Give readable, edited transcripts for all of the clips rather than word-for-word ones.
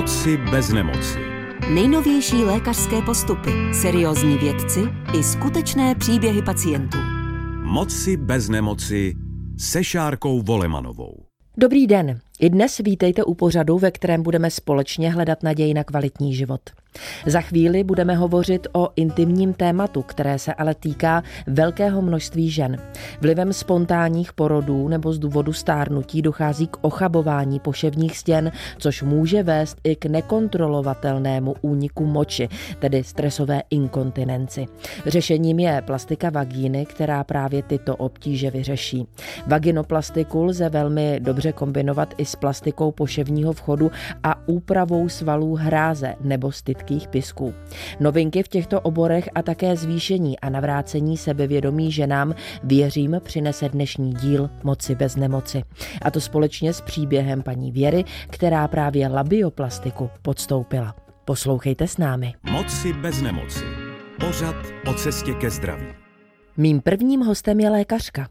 Moci bez nemoci. Nejnovější lékařské postupy, seriózní vědci i skutečné příběhy pacientů. Moci bez nemoci se Šárkou Volemanovou. Dobrý den. I dnes vítejte u pořadu, ve kterém budeme společně hledat naději na kvalitní život. Za chvíli budeme hovořit o intimním tématu, které se ale týká velkého množství žen. Vlivem spontánních porodů nebo z důvodu stárnutí dochází k ochabování poševních stěn, což může vést i k nekontrolovatelnému úniku moči, tedy stresové inkontinenci. Řešením je plastika vagíny, která právě tyto obtíže vyřeší. Vaginoplastiku lze velmi dobře kombinovat i s plastikou poševního vchodu a úpravou svalů hráze nebo stytkých pysků. Novinky v těchto oborech a také zvýšení a navrácení sebevědomí ženám, věřím, přinese dnešní díl Moci bez nemoci. A to společně s příběhem paní Věry, která právě labioplastiku podstoupila. Poslouchejte s námi. Moci bez nemoci. Pořad o cestě ke zdraví. Mým prvním hostem je lékařka.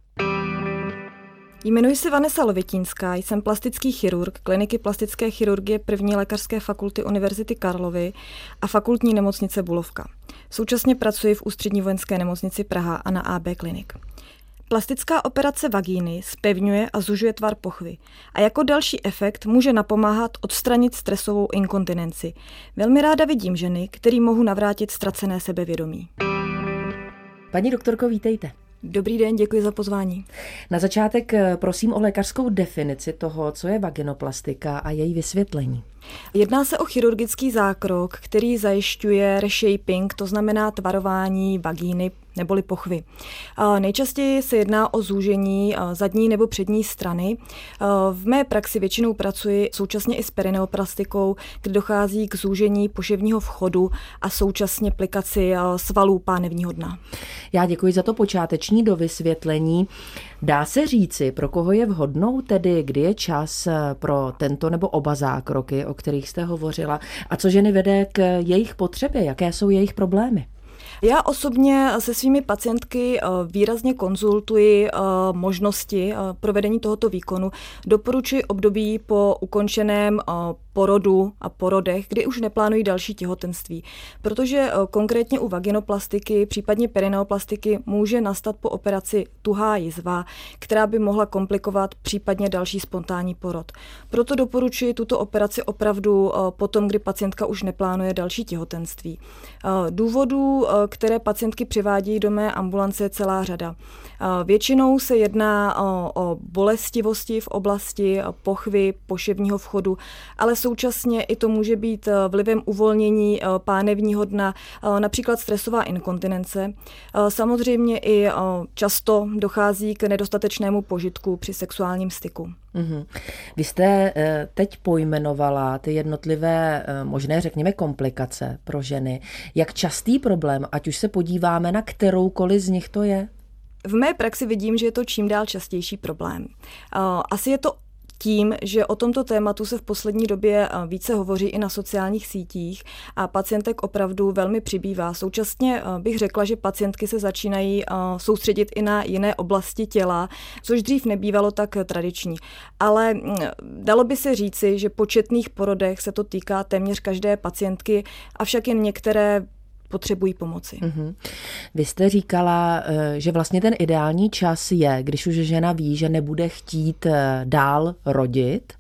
Jmenuji se Vanesa Lovitínská, jsem plastický chirurg kliniky plastické chirurgie 1. lékařské fakulty Univerzity Karlovy a fakultní nemocnice Bulovka. Současně pracuji v Ústřední vojenské nemocnici Praha a na AB Klinik. Plastická operace vagíny zpevňuje a zužuje tvar pochvy a jako další efekt může napomáhat odstranit stresovou inkontinenci. Velmi ráda vidím ženy, kterým mohu navrátit ztracené sebevědomí. Paní doktorko, vítejte. Dobrý den, děkuji za pozvání. Na začátek prosím o lékařskou definici toho, co je vaginoplastika a její vysvětlení. Jedná se o chirurgický zákrok, který zajišťuje reshaping, to znamená tvarování vagíny neboli pochvy. Nejčastěji se jedná o zúžení zadní nebo přední strany. V mé praxi většinou pracuji současně i s perineoplastikou, kde dochází k zúžení poševního vchodu a současně plikaci svalů pánevního dna. Já děkuji za to počáteční dovysvětlení. Dá se říci, pro koho je vhodnou, tedy kdy je čas pro tento nebo oba zákroky, o kterých jste hovořila, a co ženy vede k jejich potřebě, jaké jsou jejich problémy? Já osobně se svými pacientky výrazně konzultuji možnosti provedení tohoto výkonu. Doporučuji období po ukončeném porodu a porodech, kdy už neplánují další těhotenství. Protože konkrétně u vaginoplastiky, případně perineoplastiky, může nastat po operaci tuhá jizva, která by mohla komplikovat případně další spontánní porod. Proto doporučuji tuto operaci opravdu potom, kdy pacientka už neplánuje další těhotenství. Důvodů, které pacientky přivádějí do mé ambulance, je celá řada. Většinou se jedná o bolestivosti v oblasti pochvy, poševního vchodu, ale současně i to může být vlivem uvolnění pánevního dna, například stresová inkontinence. Samozřejmě i často dochází k nedostatečnému požitku při sexuálním styku. Vy jste teď pojmenovala ty jednotlivé možné, řekněme, komplikace pro ženy. Jak častý problém, ať už se podíváme na kteroukoliv z nich to je? V mé praxi vidím, že je to čím dál častější problém. Asi je to tím, že o tomto tématu se v poslední době více hovoří i na sociálních sítích a pacientek opravdu velmi přibývá. Současně bych řekla, že pacientky se začínají soustředit i na jiné oblasti těla, což dřív nebývalo tak tradiční. Ale dalo by se říci, že po četných porodech se to týká téměř každé pacientky, avšak jen některé potřebují pomoci. Vy jste říkala, že vlastně ten ideální čas je, když už žena ví, že nebude chtít dál rodit.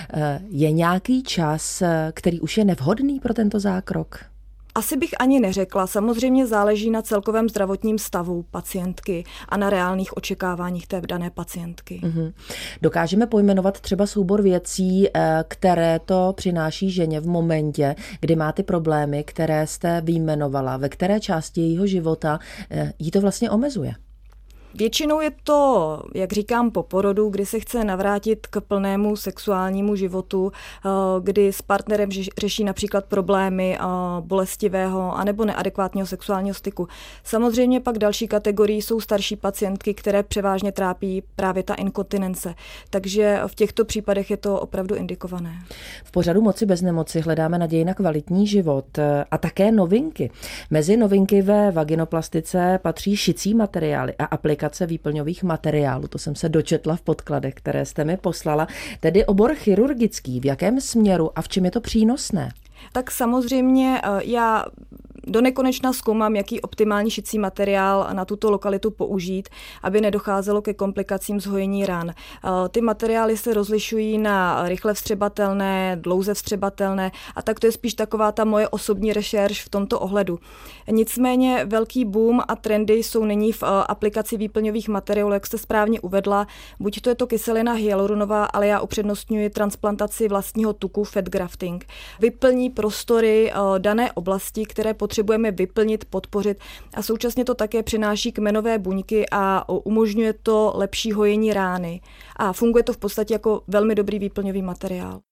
Je nějaký čas, který už je nevhodný pro tento zákrok? Asi bych ani neřekla. Samozřejmě záleží na celkovém zdravotním stavu pacientky a na reálných očekáváních té dané pacientky. Dokážeme pojmenovat třeba soubor věcí, které to přináší ženě v momentě, kdy má ty problémy, které jste vyjmenovala, ve které části jejího života jí to vlastně omezuje? Většinou je to, jak říkám, po porodu, kdy se chce navrátit k plnému sexuálnímu životu, kdy s partnerem řeší například problémy bolestivého anebo neadekvátního sexuálního styku. Samozřejmě pak další kategorii jsou starší pacientky, které převážně trápí právě ta inkontinence. Takže v těchto případech je to opravdu indikované. V pořadu Moci bez nemoci hledáme naději na kvalitní život a také novinky. Mezi novinky ve vaginoplastice patří šicí materiály a aplikace aplikace výplňových materiálů. To jsem se dočetla v podkladech, které jste mi poslala. Tedy obor chirurgický, v jakém směru a v čem je to přínosné? Tak samozřejmě já do nekonečna zkoumám, jaký optimální šicí materiál na tuto lokalitu použít, aby nedocházelo ke komplikacím zhojení ran. Ty materiály se rozlišují na rychle vstřebatelné, dlouze vstřebatelné a tak to je spíš taková ta moje osobní rešerš v tomto ohledu. Nicméně velký boom a trendy jsou nyní v aplikaci výplňových materiálů, jak jste správně uvedla. Buď to je to kyselina hyaluronová, ale já upřednostňuji transplantaci vlastního tuku, fat grafting. Vyplní prostory dané oblasti, které potřebujeme vyplnit, podpořit a současně to také přináší kmenové buňky a umožňuje to lepší hojení rány. A funguje to v podstatě jako velmi dobrý výplňový materiál.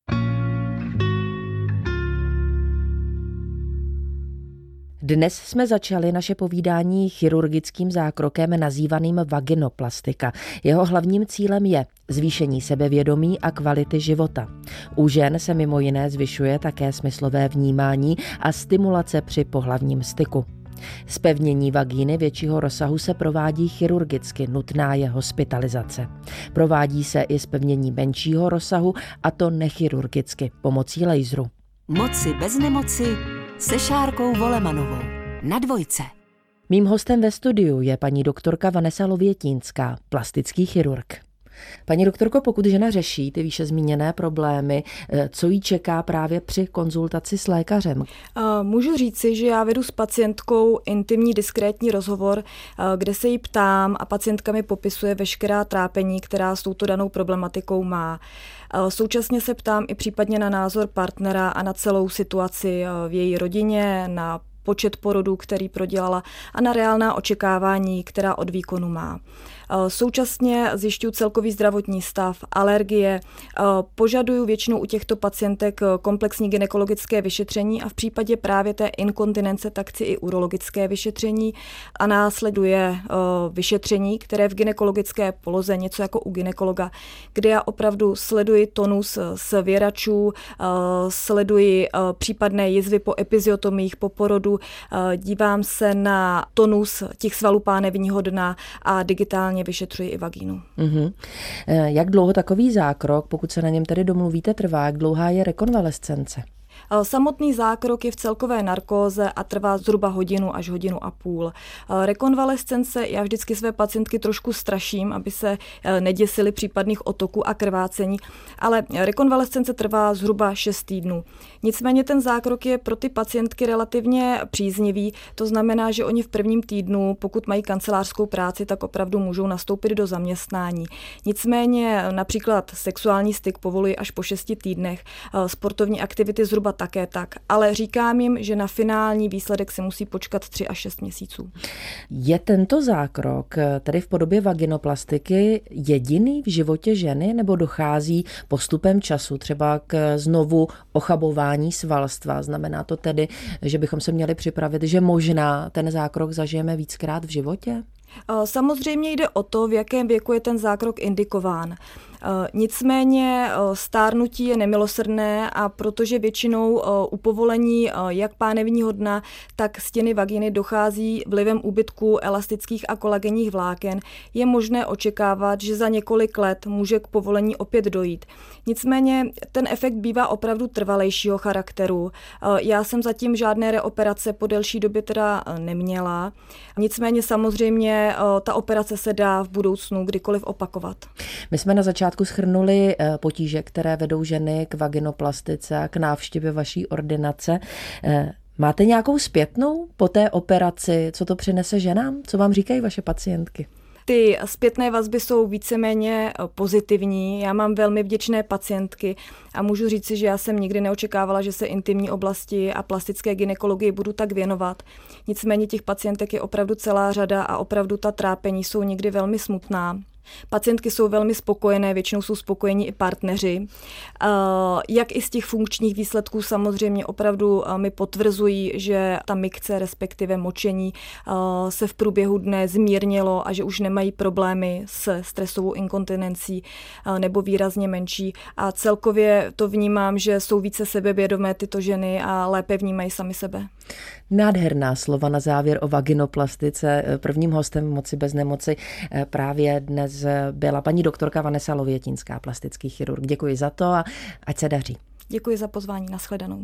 Dnes jsme začali naše povídání chirurgickým zákrokem nazývaným vaginoplastika. Jeho hlavním cílem je zvýšení sebevědomí a kvality života. U žen se mimo jiné zvyšuje také smyslové vnímání a stimulace při pohlavním styku. Zpevnění vagíny většího rozsahu se provádí chirurgicky, nutná je hospitalizace. Provádí se i zpevnění menšího rozsahu, a to nechirurgicky, pomocí laseru. Moci bez nemoci se Šárkou Volemanovou na Dvojce. Mým hostem ve studiu je paní doktorka Vanesa Lovětínská, plastický chirurg. Paní doktorko, pokud žena řeší ty výše zmíněné problémy, co jí čeká právě při konzultaci s lékařem? Můžu říci, že já vedu s pacientkou intimní diskrétní rozhovor, kde se jí ptám a pacientka mi popisuje veškerá trápení, která s touto danou problematikou má. Současně se ptám i případně na názor partnera a na celou situaci v její rodině, na počet porodů, který prodělala a na reálná očekávání, která od výkonu má. Současně zjišťuji celkový zdravotní stav, alergie, požaduju většinou u těchto pacientek komplexní gynekologické vyšetření a v případě právě té inkontinence tak chci i urologické vyšetření a následuje vyšetření, které v gynekologické poloze, něco jako u gynekologa, kde já opravdu sleduji tonus svěračů, sleduji případné jizvy po epiziotomích, po porodu, dívám se na tonus těch svalů pánevního dna a digitálně vyšetřuji i vagínu. Jak dlouho takový zákrok, pokud se na něm tedy domluvíte, trvá? Jak dlouhá je rekonvalescence? Samotný zákrok je v celkové narkóze a trvá zhruba hodinu až hodinu a půl. Rekonvalescence, já vždycky své pacientky trošku straším, aby se neděsily případných otoků a krvácení, ale rekonvalescence trvá zhruba 6 týdnů. Nicméně ten zákrok je pro ty pacientky relativně příznivý, to znamená, že oni v prvním týdnu, pokud mají kancelářskou práci, tak opravdu můžou nastoupit do zaměstnání. Nicméně například sexuální styk povolují až po 6 týdnech, sportovní aktivity zhruba také tak, ale říkám jim, že na finální výsledek se musí počkat 3 až 6 měsíců. Je tento zákrok, tedy v podobě vaginoplastiky, jediný v životě ženy, nebo dochází postupem času třeba k znovu ochabování svalstva? Znamená to tedy, že bychom se měli připravit, že možná ten zákrok zažijeme víckrát v životě? Samozřejmě jde o to, v jakém věku je ten zákrok indikován. Nicméně stárnutí je nemilosrdné a protože většinou u povolení jak pánevního dna, tak stěny vagíny dochází vlivem úbytku elastických a kolagenních vláken, je možné očekávat, že za několik let může k povolení opět dojít. Nicméně ten efekt bývá opravdu trvalejšího charakteru. Já jsem zatím žádné reoperace po delší době teda neměla. Nicméně samozřejmě ta operace se dá v budoucnu kdykoliv opakovat. My jsme na začátku shrnuli potíže, které vedou ženy k vaginoplastice a k návštěvě vaší ordinace. Máte nějakou zpětnou po té operaci? Co to přinese ženám? Co vám říkají vaše pacientky? Ty zpětné vazby jsou víceméně pozitivní. Já mám velmi vděčné pacientky a můžu říci, že já jsem nikdy neočekávala, že se intimní oblasti a plastické gynekologii budu tak věnovat. Nicméně těch pacientek je opravdu celá řada a opravdu ta trápení jsou někdy velmi smutná. Pacientky jsou velmi spokojené, většinou jsou spokojení i partneři. Jak i z těch funkčních výsledků samozřejmě opravdu mi potvrzují, že ta mikce, respektive močení, se v průběhu dne zmírnilo a že už nemají problémy s stresovou inkontinencí nebo výrazně menší. A celkově to vnímám, že jsou více sebevědomé tyto ženy a lépe vnímají sami sebe. Nádherná slova na závěr o vaginoplastice. Prvním hostem Moci bez nemoci právě dnes byla paní doktorka Vanesa Lovětínská, plastický chirurg. Děkuji za to a ať se daří. Děkuji za pozvání, nashledanou.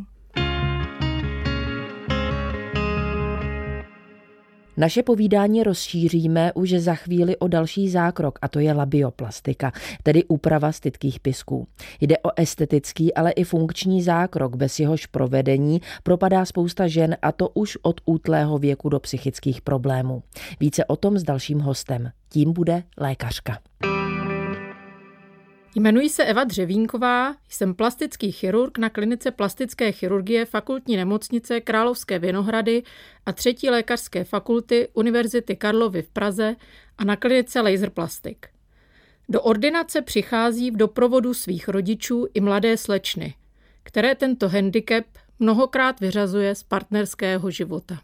Naše povídání rozšíříme už za chvíli o další zákrok, a to je labioplastika, tedy úprava stytkých pysků. Jde o estetický, ale i funkční zákrok, bez jehož provedení propadá spousta žen, a to už od útlého věku do psychických problémů. Více o tom s dalším hostem. Tím bude lékařka. Jmenuji se Eva Dřevínková, jsem plastický chirurg na klinice plastické chirurgie Fakultní nemocnice Královské Vinohrady a 3. lékařské fakulty Univerzity Karlovy v Praze a na klinice Laser Plastic. Do ordinace přichází v doprovodu svých rodičů i mladé slečny, které tento handicap mnohokrát vyřazuje z partnerského života.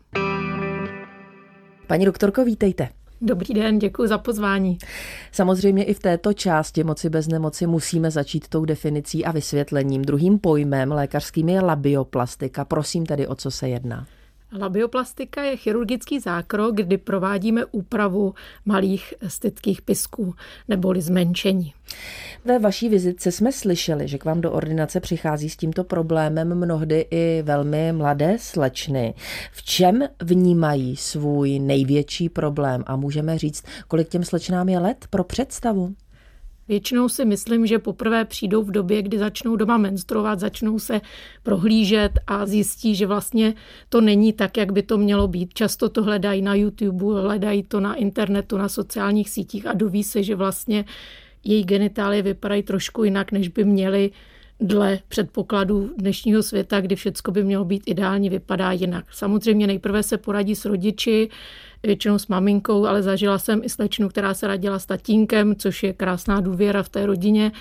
Paní doktorko, vítejte. Dobrý den, děkuji za pozvání. Samozřejmě i v této části Moci bez nemoci musíme začít tou definicí a vysvětlením. Druhým pojmem lékařským je labioplastika. Prosím tedy, o co se jedná. Labioplastika je chirurgický zákrok, kdy provádíme úpravu malých stytkých pysků neboli zmenšení. Ve vaší vizitce jsme slyšeli, že k vám do ordinace přichází s tímto problémem mnohdy i velmi mladé slečny. V čem vnímají svůj největší problém a můžeme říct, kolik těm slečnám je let pro představu? Většinou si myslím, že poprvé přijdou v době, kdy začnou doma menstruovat, začnou se prohlížet a zjistí, že vlastně to není tak, jak by to mělo být. Často to hledají na YouTube, hledají to na internetu, na sociálních sítích a doví se, že vlastně její genitálie vypadají trošku jinak, než by měly dle předpokladů dnešního světa, kdy všecko by mělo být ideálně, vypadá jinak. Samozřejmě nejprve se poradí s rodiči, většinou s maminkou, ale zažila jsem i slečnu, která se radila s tatínkem, což je krásná důvěra v té rodině.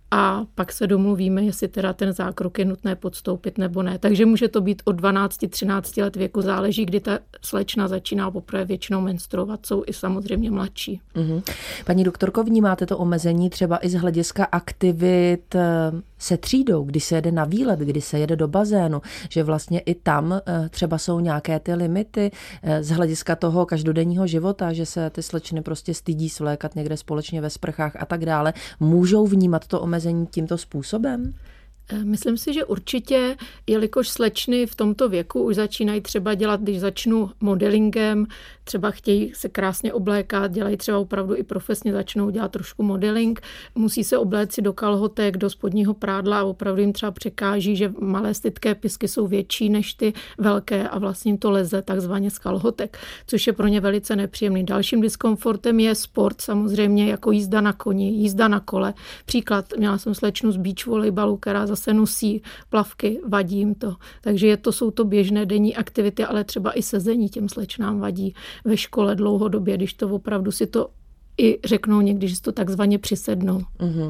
A pak se domluvíme, jestli teda ten zákrok je nutné podstoupit nebo ne. Takže může to být od 12-13 let věku, záleží, kdy ta slečna začíná poprvé většinou menstruovat, jsou i samozřejmě mladší. Paní doktorko, vnímáte to omezení třeba i z hlediska aktivit se třídou, když se jede na výlet, kdy se jede do bazénu, že vlastně i tam třeba jsou nějaké ty limity z hlediska toho každodenního života, že se ty slečny prostě stydí svlékat někde společně ve sprchách a tak dále. Můžou vnímat to omezení tímto způsobem? Myslím si, že určitě, jelikož slečny v tomto věku už začínají třeba dělat, když začnu modelingem, třeba chtějí se krásně oblékat, dělají třeba opravdu i profesně, začnou dělat trošku modeling, musí se obléci do kalhotek, do spodního prádla a opravdu jim třeba překáží, že malé stytké pisky jsou větší než ty velké a vlastně jim to leze takzvaně z kalhotek, což je pro ně velice nepříjemný. Dalším diskomfortem je sport, samozřejmě jako jízda na koni, jízda na kole. Příklad, měla jsem slečnu z beach volejbalu, která zase nosí plavky, vadí jim to. Takže jsou to běžné denní aktivity, ale třeba i sezení těm slečnám vadí ve škole dlouhodobě, když to opravdu si to i řeknou někdy, že si to takzvaně přisednou.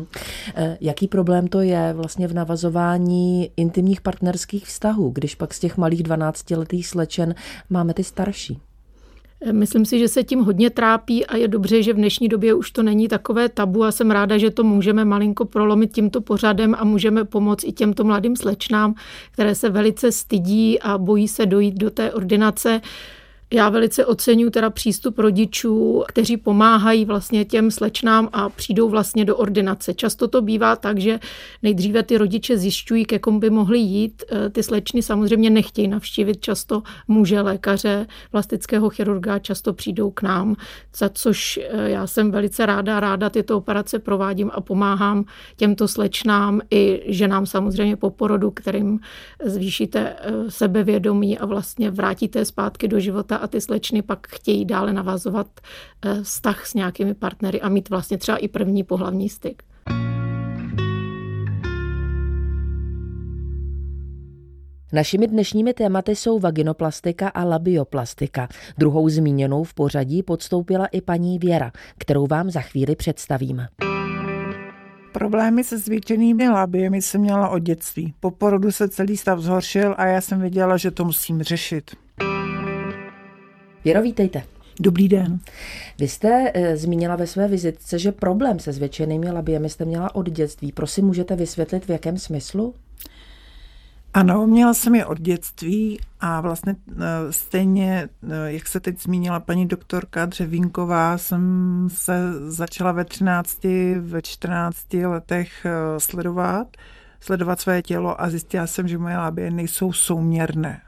Jaký problém to je vlastně v navazování intimních partnerských vztahů, když pak z těch malých 12letých slečen máme ty starší? Myslím si, že se tím hodně trápí a je dobře, že v dnešní době už to není takové tabu a jsem ráda, že to můžeme malinko prolomit tímto pořadem a můžeme pomoct i těmto mladým slečnám, které se velice stydí a bojí se dojít do té ordinace. Já velice oceňuji teda přístup rodičů, kteří pomáhají vlastně těm slečnám a přijdou vlastně do ordinace. Často to bývá tak, že nejdříve ty rodiče zjišťují, ke komu by mohli jít. Ty slečny samozřejmě nechtějí navštívit často muže, lékaře, plastického chirurga, často přijdou k nám, za což já jsem velice ráda tyto operace provádím a pomáhám těmto slečnám i ženám samozřejmě po porodu, kterým zvýšíte sebevědomí a vlastně vrátíte zpátky do života a ty slečny pak chtějí dále navazovat vztah s nějakými partnery a mít vlastně třeba i první pohlavní styk. Našimi dnešními tématy jsou vaginoplastika a labioplastika. Druhou zmíněnou v pořadí podstoupila i paní Věra, kterou vám za chvíli představím. Problémy se zvětšenými labiemi jsem měla od dětství. Po porodu se celý stav zhoršil a já jsem věděla, že to musím řešit. Věro, vítejte. Dobrý den. Vy jste zmínila ve své vizitce, že problém se zvětšenými labiemi jste měla od dětství. Prosím, můžete vysvětlit, v jakém smyslu? Ano, měla jsem je od dětství a vlastně stejně, jak se teď zmínila paní doktorka Dřevínková, jsem se začala ve 14 letech sledovat své tělo a zjistila jsem, že moje labie nejsou souměrné.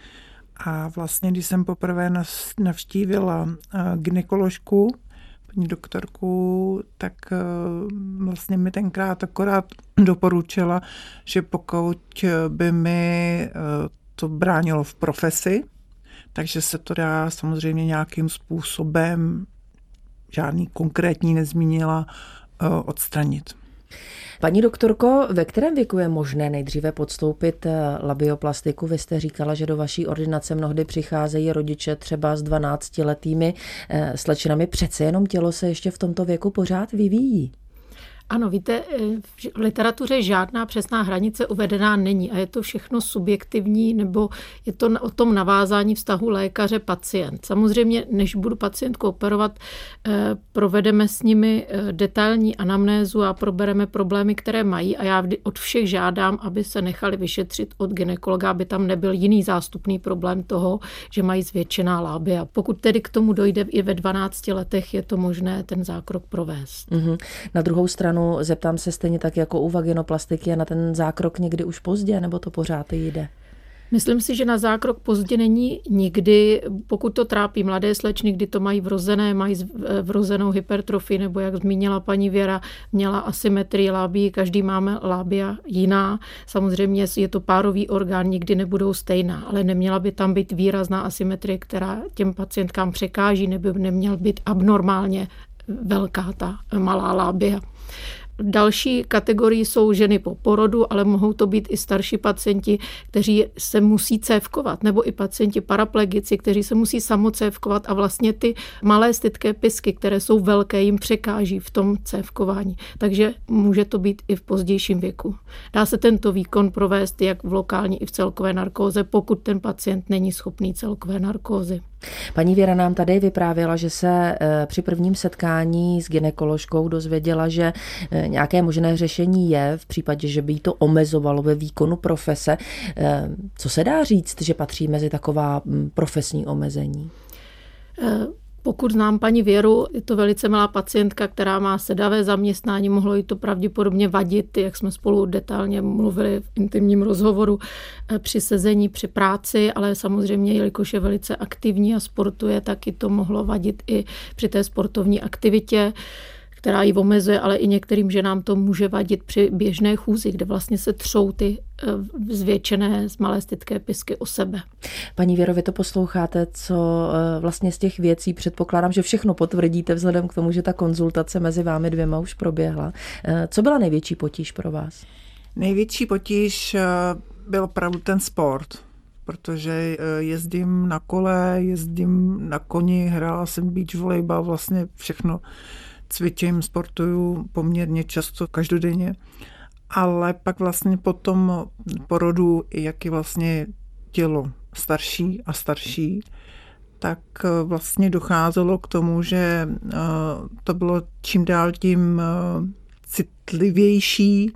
A vlastně, když jsem poprvé navštívila gynekoložku, paní doktorku, tak vlastně mi tenkrát akorát doporučila, že pokud by mi to bránilo v profesi, takže se to dá samozřejmě nějakým způsobem, žádný konkrétní nezmínila, odstranit. Paní doktorko, ve kterém věku je možné nejdříve podstoupit labioplastiku? Vy jste říkala, že do vaší ordinace mnohdy přicházejí rodiče třeba s 12letými slečnami. Přece jenom tělo se ještě v tomto věku pořád vyvíjí. Ano, víte, v literatuře žádná přesná hranice uvedená není a je to všechno subjektivní, nebo je to o tom navázání vztahu lékaře-pacient. Samozřejmě, než budu pacientku operovat, provedeme s nimi detailní anamnézu a probereme problémy, které mají a já vždy od všech žádám, aby se nechali vyšetřit od gynekologa, aby tam nebyl jiný zástupný problém toho, že mají zvětšená lábia. Pokud tedy k tomu dojde i ve 12 letech, je to možné ten zákrok provést. Mm-hmm. Na druhou stranu zeptám se stejně tak jako u vaginoplastiky, je na ten zákrok někdy už pozdě, nebo to pořád jde? Myslím si, že na zákrok pozdě není nikdy, pokud to trápí mladé slečny, kdy to mají vrozené, mají vrozenou hypertrofii, nebo jak zmínila paní Věra, měla asymetrii lábií, každý máme lábia jiná. Samozřejmě je to párový orgán, nikdy nebudou stejná, ale neměla by tam být výrazná asymetrie, která těm pacientkám překáží, nebo neměl být abnormálně velká ta malá lábia. Další kategorii jsou ženy po porodu, ale mohou to být i starší pacienti, kteří se musí cévkovat, nebo i pacienti paraplegici, kteří se musí samocévkovat a vlastně ty malé stytké pisky, které jsou velké, jim překáží v tom cévkování. Takže může to být i v pozdějším věku. Dá se tento výkon provést jak v lokální i v celkové narkóze, pokud ten pacient není schopný celkové narkózy. Paní Věra nám tady vyprávěla, že se při prvním setkání s gynekoložkou dozvěděla, že nějaké možné řešení je v případě, že by jí to omezovalo ve výkonu profese. Co se dá říct, že patří mezi taková profesní omezení? Pokud znám paní Věru, je to velice malá pacientka, která má sedavé zaměstnání, mohlo jí to pravděpodobně vadit, jak jsme spolu detailně mluvili v intimním rozhovoru při sezení, při práci, ale samozřejmě, jelikož je velice aktivní a sportuje, tak i to mohlo vadit i při té sportovní aktivitě, která ji omezuje, ale i některým ženám to může vadit při běžné chůzi, kde vlastně se třou ty zvětšené malé stytké pisky o sebe. Paní Věro, vy to posloucháte, co vlastně z těch věcí, předpokládám, že všechno potvrdíte vzhledem k tomu, že ta konzultace mezi vámi dvěma už proběhla. Co byla největší potíž pro vás? Největší potíž byl opravdu ten sport, protože jezdím na kole, jezdím na koni, hrála jsem beach volejbal, vlastně všechno cvičím, sportuju poměrně často, každodenně, ale pak vlastně po tom porodu, jak je vlastně tělo starší a starší, tak vlastně docházelo k tomu, že to bylo čím dál tím citlivější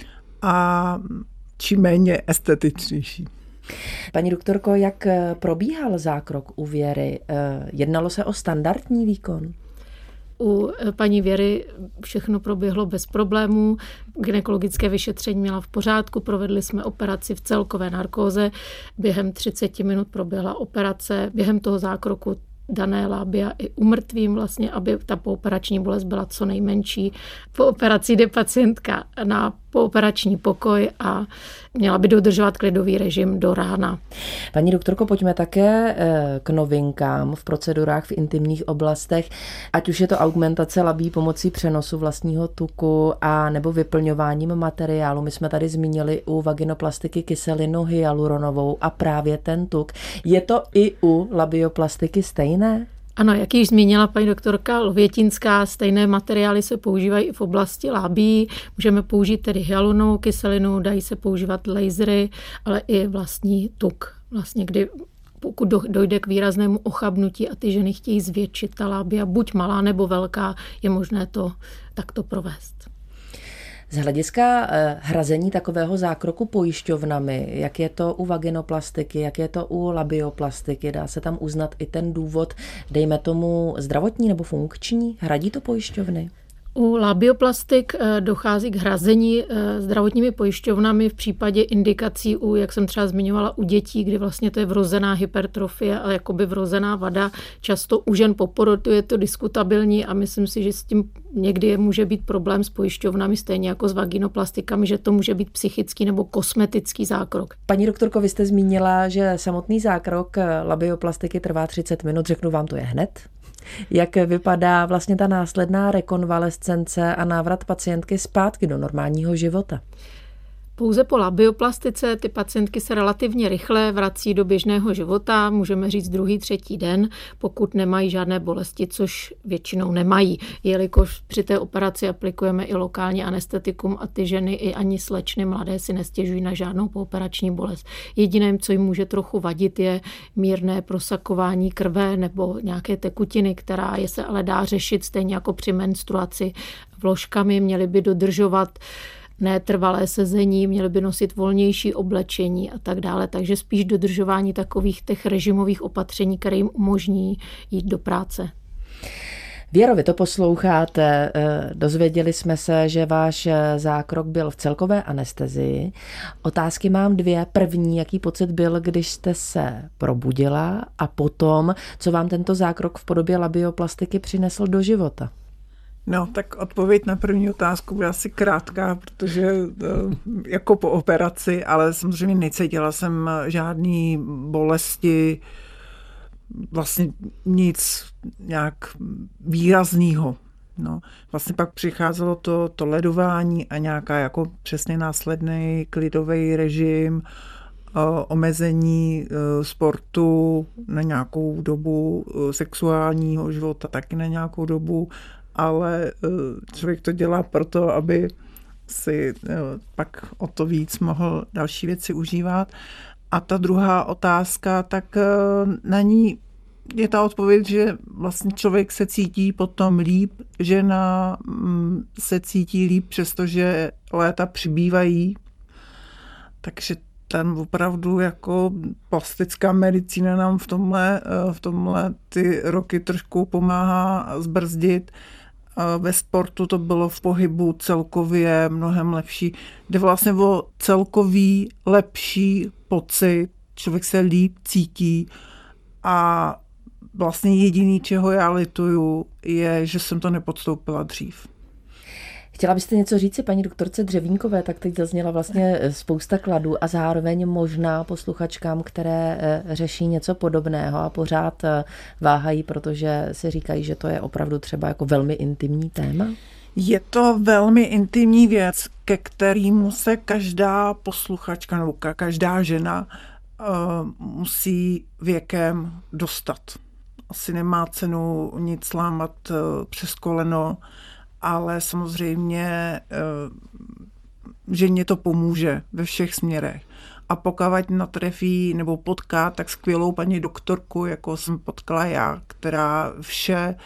a čím méně estetičnější. Paní doktorko, jak probíhal zákrok u Věry? Jednalo se o standardní výkon? U paní Věry všechno proběhlo bez problémů, gynekologické vyšetření měla v pořádku, provedli jsme operaci v celkové narkóze, během 30 minut proběhla operace, během toho zákroku dané lábia i umrtvím vlastně, aby ta pooperační bolest byla co nejmenší. Po operaci jde pacientka na pooperační pokoj a měla by dodržovat klidový režim do rána. Paní doktorko, pojďme také k novinkám v procedurách v intimních oblastech, ať už je to augmentace labí pomocí přenosu vlastního tuku a nebo vyplňováním materiálu. My jsme tady zmínili u vaginoplastiky kyselinu hyaluronovou a právě ten tuk. Je to i u labioplastiky stejné? Ano, jak již zmínila paní doktorka Lovětinská, stejné materiály se používají i v oblasti labí. Můžeme použít tedy hyaluronovou kyselinu, dají se používat lasery, ale i vlastní tuk. Vlastně kdy pokud dojde k výraznému ochabnutí a ty ženy chtějí zvětšit ta labia, buď malá nebo velká, je možné to takto provést. Z hlediska hrazení takového zákroku pojišťovnami, jak je to u vaginoplastiky, jak je to u labioplastiky, dá se tam uznat i ten důvod, dejme tomu zdravotní nebo funkční? Hradí to pojišťovny? U labioplastik dochází k hrazení zdravotními pojišťovnami v případě indikací jak jsem třeba zmiňovala, u dětí, kdy vlastně to je vrozená hypertrofie a jakoby vrozená vada. Často u žen po porodu je to diskutabilní a myslím si, že s tím někdy může být problém s pojišťovnami, stejně jako s vaginoplastikami, že to může být psychický nebo kosmetický zákrok. Paní doktorko, vy jste zmínila, že samotný zákrok labioplastiky trvá 30 minut, řeknu vám to je hned. Jak vypadá vlastně ta následná rekonvalescence a návrat pacientky zpátky do normálního života? Pouze po labioplastice ty pacientky se relativně rychle vrací do běžného života, můžeme říct druhý, třetí den, pokud nemají žádné bolesti, což většinou nemají, jelikož při té operaci aplikujeme i lokální anestetikum a ty ženy i ani slečny mladé si nestěžují na žádnou pooperační bolest. Jediné, co jim může trochu vadit, je mírné prosakování krve nebo nějaké tekutiny, která se ale dá řešit stejně jako při menstruaci vložkami, měly by dodržovat netrvalé sezení, měli by nosit volnější oblečení a tak dále. Takže spíš dodržování takových těch režimových opatření, které jim umožní jít do práce. Věro, vy to posloucháte. Dozvěděli jsme se, že váš zákrok byl v celkové anestezii. Otázky mám dvě. První, jaký pocit byl, když jste se probudila, a potom, co vám tento zákrok v podobě labioplastiky přinesl do života? No, tak odpověď na první otázku byla asi krátká, protože jako po operaci, ale samozřejmě necítila jsem žádný bolesti, vlastně nic nějak výraznýho. No, vlastně pak přicházelo to ledování a nějaká jako přesně následný klidový režim, omezení sportu na nějakou dobu, sexuálního života taky na nějakou dobu, ale člověk to dělá proto, aby si pak o to víc mohl další věci užívat. A ta druhá otázka, tak na ní je ta odpověď, že vlastně člověk se cítí potom líp, žena se cítí líp, přestože léta přibývají. Takže tam opravdu jako plastická medicína nám v tomhle ty roky trošku pomáhá zbrzdit. Ve sportu to bylo v pohybu celkově mnohem lepší. Jde vlastně o celkový lepší pocit, člověk se líp cítí a vlastně jediný, čeho já lituju, je, že jsem to nepodstoupila dřív. Chtěla byste něco říci paní doktorce Dřevínkové, tak teď zazněla vlastně spousta kladů a zároveň možná posluchačkám, které řeší něco podobného a pořád váhají, protože si říkají, že to je opravdu třeba jako velmi intimní téma? Je to velmi intimní věc, ke kterému se každá posluchačka nebo každá žena musí věkem dostat. Asi nemá cenu nic lámat přes koleno, ale samozřejmě ženě to pomůže ve všech směrech. A pokud natrefí nebo potká tak skvělou paní doktorku, jako jsem potkala já, která vše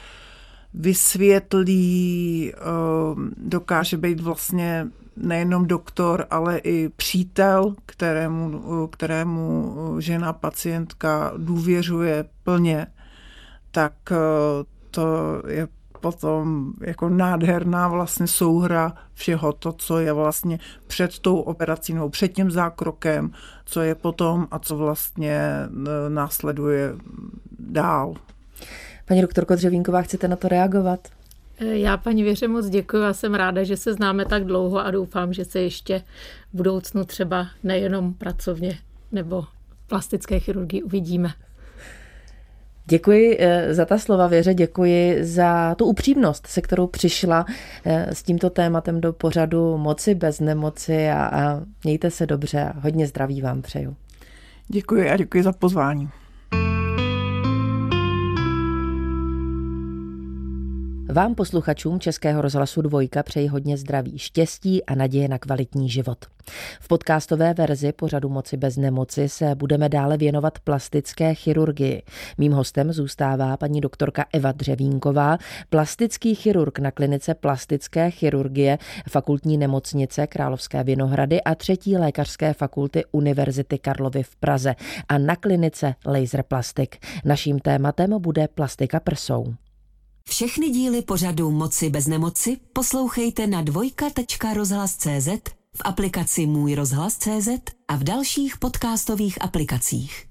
vysvětlí, dokáže být vlastně nejenom doktor, ale i přítel, kterému žena pacientka důvěřuje plně, tak to je potom jako nádherná vlastně souhra všeho to, co je vlastně před tou operací nebo před tím zákrokem, co je potom a co vlastně následuje dál. Paní doktorko Dřevínková, chcete na to reagovat? Já paní Věře moc děkuji a jsem ráda, že se známe tak dlouho a doufám, že se ještě v budoucnu třeba nejenom pracovně nebo plastické chirurgii uvidíme. Děkuji za ta slova, Věře, děkuji za tu upřímnost, se kterou přišla s tímto tématem do pořadu Moci bez nemoci a mějte se dobře a hodně zdraví vám přeju. Děkuji a děkuji za pozvání. Vám, posluchačům Českého rozhlasu Dvojka, přeji hodně zdraví, štěstí a naděje na kvalitní život. V podcastové verzi pořadu Moci bez nemoci se budeme dále věnovat plastické chirurgii. Mým hostem zůstává paní doktorka Eva Dřevínková, plastický chirurg na klinice plastické chirurgie Fakultní nemocnice Královské Vinohrady a 3. lékařské fakulty Univerzity Karlovy v Praze a na klinice Laser Plastik. Naším tématem bude plastika prsou. Všechny díly pořadu Moci bez nemoci poslouchejte na dvojka.rozhlas.cz, v aplikaci Můj rozhlas.cz a v dalších podcastových aplikacích.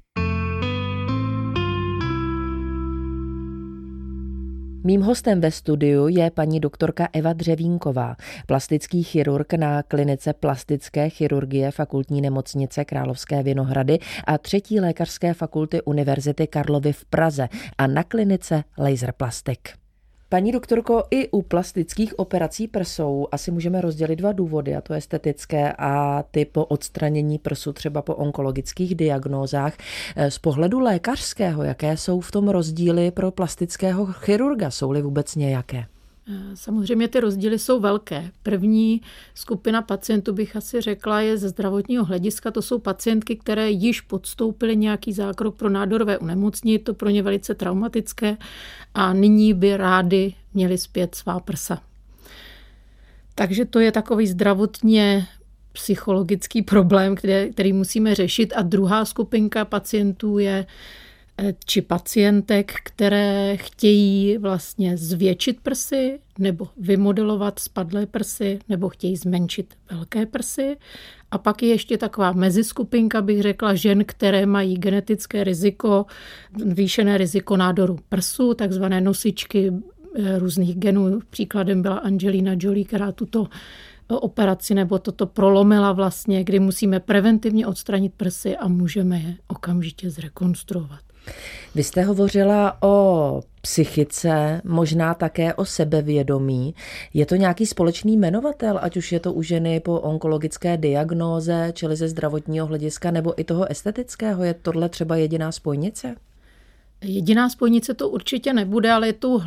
Mým hostem ve studiu je paní doktorka Eva Dřevínková, plastický chirurg na klinice plastické chirurgie Fakultní nemocnice Královské Vinohrady a 3. lékařské fakulty Univerzity Karlovy v Praze a na klinice Laser Plastik. Paní doktorko, i u plastických operací prsou asi můžeme rozdělit 2 důvody, a to estetické a ty po odstranění prsu, třeba po onkologických diagnózách. Z pohledu lékařského, jaké jsou v tom rozdíly pro plastického chirurga? Jsou-li vůbec nějaké? Samozřejmě ty rozdíly jsou velké. První skupina pacientů, bych asi řekla, je ze zdravotního hlediska. To jsou pacientky, které již podstoupily nějaký zákrok pro nádorové onemocnění, je to pro ně velice traumatické a nyní by rády měli zpět svá prsa. Takže to je takový zdravotně psychologický problém, který musíme řešit. A druhá skupinka pacientů je či pacientek, které chtějí vlastně zvětšit prsy nebo vymodelovat spadlé prsy nebo chtějí zmenšit velké prsy. A pak je ještě taková meziskupinka, bych řekla, žen, které mají genetické riziko, zvýšené riziko nádoru prsu, takzvané nosičky různých genů. Příkladem byla Angelina Jolie, která tuto operaci nebo toto prolomila vlastně, kdy musíme preventivně odstranit prsy a můžeme je okamžitě zrekonstruovat. Vy jste hovořila o psychice, možná také o sebevědomí. Je to nějaký společný jmenovatel, ať už je to u ženy po onkologické diagnóze, čili ze zdravotního hlediska, nebo i toho estetického? Je tohle třeba jediná spojnice? Jediná spojnice to určitě nebude, ale je to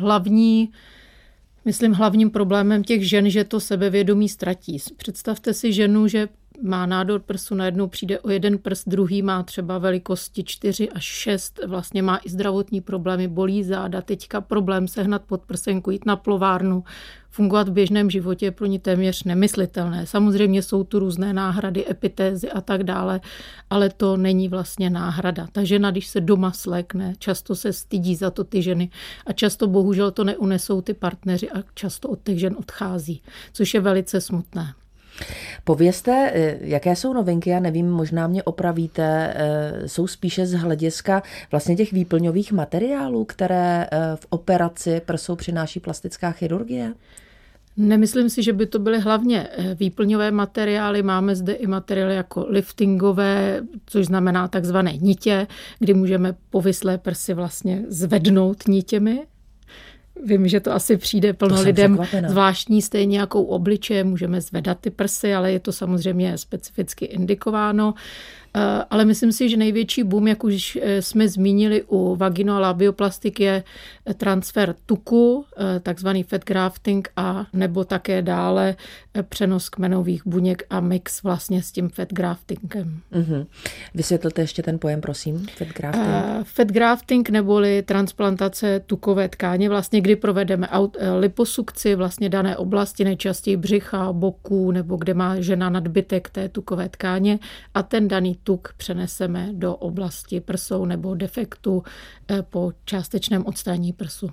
hlavním problémem těch žen, že to sebevědomí ztratí. Představte si ženu, že má nádor prsu, najednou přijde o jeden prst, druhý má třeba velikosti 4 až 6, vlastně má i zdravotní problémy, bolí záda, teďka problém sehnat podprsenku, jít na plovárnu, fungovat v běžném životě je pro ní téměř nemyslitelné. Samozřejmě jsou tu různé náhrady, epitézy a tak dále, ale to není vlastně náhrada. Ta žena, když se doma slékne, často se stydí za to ty ženy a často bohužel to neunesou ty partneři a často od těch žen odchází, což je velice smutné. Povězte, jaké jsou novinky, já nevím, možná mě opravíte, jsou spíše z hlediska vlastně těch výplňových materiálů, které v operaci prsou přináší plastická chirurgie? Nemyslím si, že by to byly hlavně výplňové materiály. Máme zde i materiály jako liftingové, což znamená takzvané nitě, kdy můžeme povislé prsy vlastně zvednout nitěmi. Vím, že to asi přijde plno lidem zvláštní, stejně jako u obličeje můžeme zvedat ty prsy, ale je to samozřejmě specificky indikováno. Ale myslím si, že největší boom, jak už jsme zmínili u vagino- a labioplastik, je transfer tuku, takzvaný fat grafting, a nebo také dále přenos kmenových buněk a mix vlastně s tím fat graftingem. Mm-hmm. Vysvětlte ještě ten pojem, prosím, fat grafting. Fat grafting neboli transplantace tukové tkáně, vlastně kdy provedeme liposukci vlastně dané oblasti, nejčastěji břicha, boků, nebo kde má žena nadbytek té tukové tkáně a ten daný tuk přeneseme do oblasti prsou nebo defektu po částečném odstranění prsu.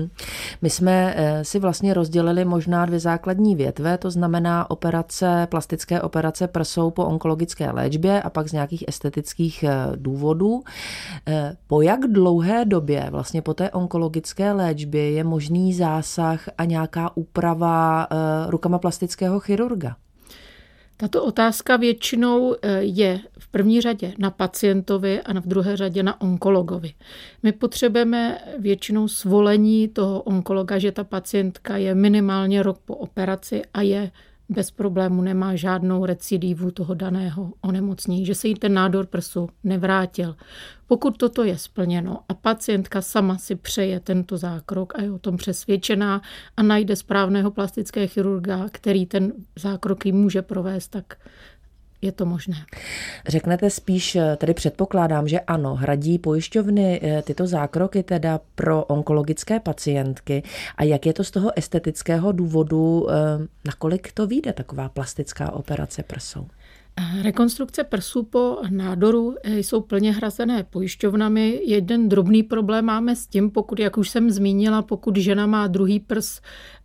My jsme si vlastně rozdělili možná 2 základní větve, to znamená plastické operace prsou po onkologické léčbě a pak z nějakých estetických důvodů. Po jak dlouhé době vlastně po té onkologické léčbě je možný zásah a nějaká úprava rukama plastického chirurga? Tato otázka většinou je v první řadě na pacientovi a v druhé řadě na onkologovi. My potřebujeme většinou svolení toho onkologa, že ta pacientka je minimálně rok po operaci a je bez problému, nemá žádnou recidivu toho daného onemocnění, že se jí ten nádor prsu nevrátil. Pokud toto je splněno a pacientka sama si přeje tento zákrok a je o tom přesvědčená a najde správného plastického chirurga, který ten zákrok jí může provést, tak je to možné. Řeknete spíš, tedy předpokládám, že ano, hradí pojišťovny tyto zákroky teda pro onkologické pacientky. A jak je to z toho estetického důvodu, nakolik to vyjde taková plastická operace prsou? Rekonstrukce prsů po nádoru jsou plně hrazené pojišťovnami. Jeden drobný problém máme s tím, pokud, jak už jsem zmínila, pokud žena má druhý prs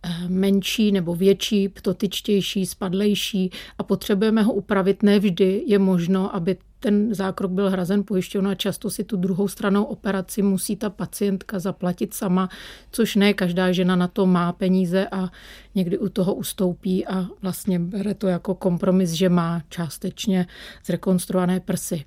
menší nebo větší, ptotičtější, spadlejší a potřebujeme ho upravit, nevždy je možno, aby ten zákrok byl hrazen pojišťovnou a často si tu druhou stranou operaci musí ta pacientka zaplatit sama, což ne každá žena na to má peníze a někdy u toho ustoupí a vlastně bere to jako kompromis, že má částečně zrekonstruované prsy.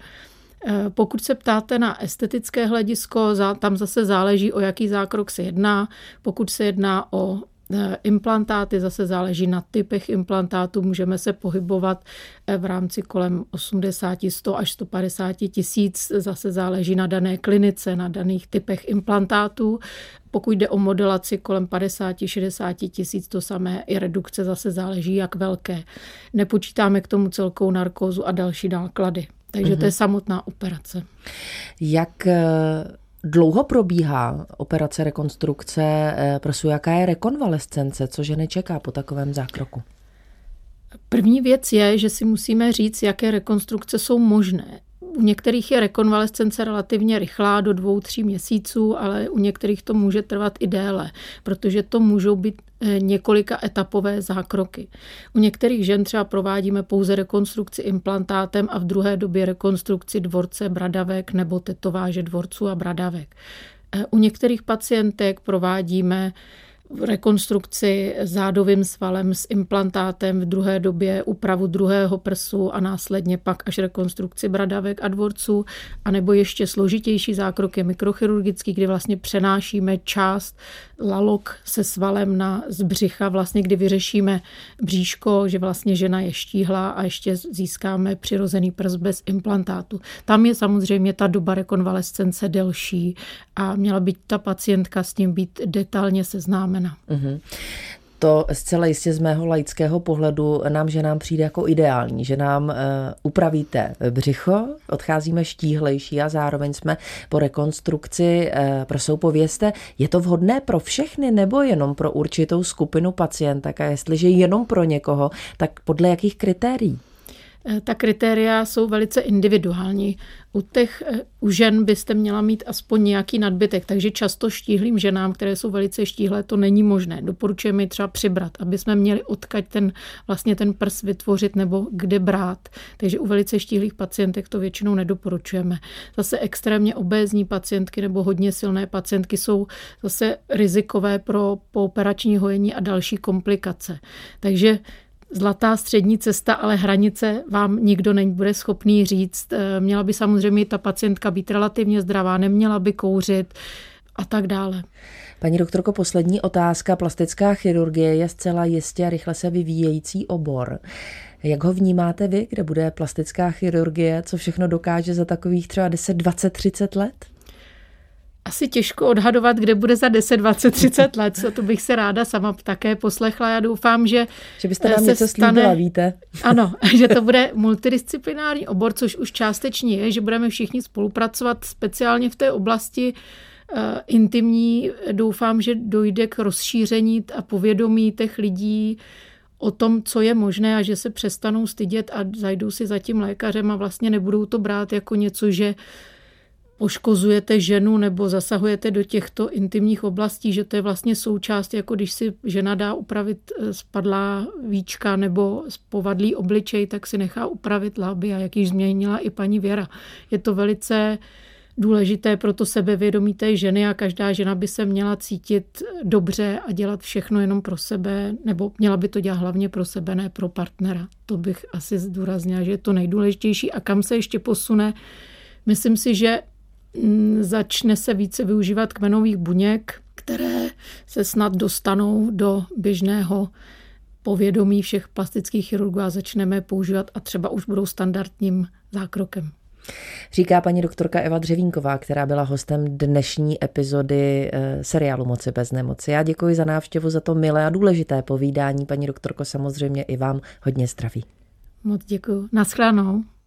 Pokud se ptáte na estetické hledisko, tam zase záleží, o jaký zákrok se jedná. Pokud se jedná o implantáty, zase záleží na typech implantátů, můžeme se pohybovat v rámci kolem 80, 100 až 150 tisíc, zase záleží na dané klinice, na daných typech implantátů. Pokud jde o modelaci kolem 50-60 tisíc, to samé i redukce zase záleží, jak velké. Nepočítáme k tomu celkou narkózu a další náklady. Takže to je samotná operace. Jak dlouho probíhá operace rekonstrukce prsu? Jaká je rekonvalescence? Co ženy čeká po takovém zákroku? První věc je, že si musíme říct, jaké rekonstrukce jsou možné. U některých je rekonvalescence relativně rychlá do 2-3 měsíců, ale u některých to může trvat i déle, protože to můžou být několika etapové zákroky. U některých žen třeba provádíme pouze rekonstrukci implantátem a v druhé době rekonstrukci dvorce, bradavek nebo tetováže dvorců a bradavek. U některých pacientek provádíme rekonstrukci zádovým svalem s implantátem, v druhé době úpravu druhého prsu a následně pak až rekonstrukci bradavek a dvorců, anebo ještě složitější zákrok je mikrochirurgický, kdy vlastně přenášíme část lalok se svalem z břicha, vlastně kdy vyřešíme bříško, že vlastně žena je štíhlá a ještě získáme přirozený prst bez implantátu. Tam je samozřejmě ta doba rekonvalescence delší a měla by ta pacientka s tím být detailně seznámena. To zcela jistě z mého laického pohledu nám ženám přijde jako ideální, že nám upravíte břicho, odcházíme štíhlejší a zároveň jsme po rekonstrukci prsou. Povězte, je to vhodné pro všechny nebo jenom pro určitou skupinu pacientek? A jestliže jenom pro někoho, tak podle jakých kritérií? Ta kritéria jsou velice individuální. U žen byste měla mít aspoň nějaký nadbytek, takže často štíhlým ženám, které jsou velice štíhlé, to není možné. Doporučujeme ji třeba přibrat, aby jsme měli odkud ten prs vytvořit nebo kde brát. Takže u velice štíhlých pacientek to většinou nedoporučujeme. Zase extrémně obézní pacientky nebo hodně silné pacientky jsou zase rizikové pro pooperační hojení a další komplikace. Takže zlatá střední cesta, ale hranice vám nikdo nebude schopný říct. Měla by samozřejmě ta pacientka být relativně zdravá, neměla by kouřit a tak dále. Paní doktorko, poslední otázka. Plastická chirurgie je zcela jistě a rychle se vyvíjející obor. Jak ho vnímáte vy, kde bude plastická chirurgie? Co všechno dokáže za takových třeba 10, 20, 30 let? Asi těžko odhadovat, kde bude za 10, 20, 30 let. To bych se ráda sama také poslechla. Já doufám, že byste nám něco slíbila, víte? Ano, že to bude multidisciplinární obor, což už částečně je, že budeme všichni spolupracovat speciálně v té oblasti intimní. Doufám, že dojde k rozšíření a povědomí těch lidí o tom, co je možné a že se přestanou stydět a zajdou si za tím lékařem a vlastně nebudou to brát jako něco, že poškozujete ženu nebo zasahujete do těchto intimních oblastí, že to je vlastně součást, jako když si žena dá upravit spadlá víčka nebo spovadlý obličej, tak si nechá upravit láby, a jak již změnila i paní Věra. Je to velice důležité pro to sebevědomí té ženy a každá žena by se měla cítit dobře a dělat všechno jenom pro sebe, nebo měla by to dělat hlavně pro sebe, ne pro partnera. To bych asi zdůraznila, že je to nejdůležitější. A kam se ještě posune? Myslím si, že začne se více využívat kmenových buněk, které se snad dostanou do běžného povědomí všech plastických chirurgů a začneme používat a třeba už budou standardním zákrokem. Říká paní doktorka Eva Dřevínková, která byla hostem dnešní epizody seriálu Moci bez nemoci. Já děkuji za návštěvu, za to milé a důležité povídání. Paní doktorko, samozřejmě i vám hodně zdraví. Moc děkuji. Naschledanou.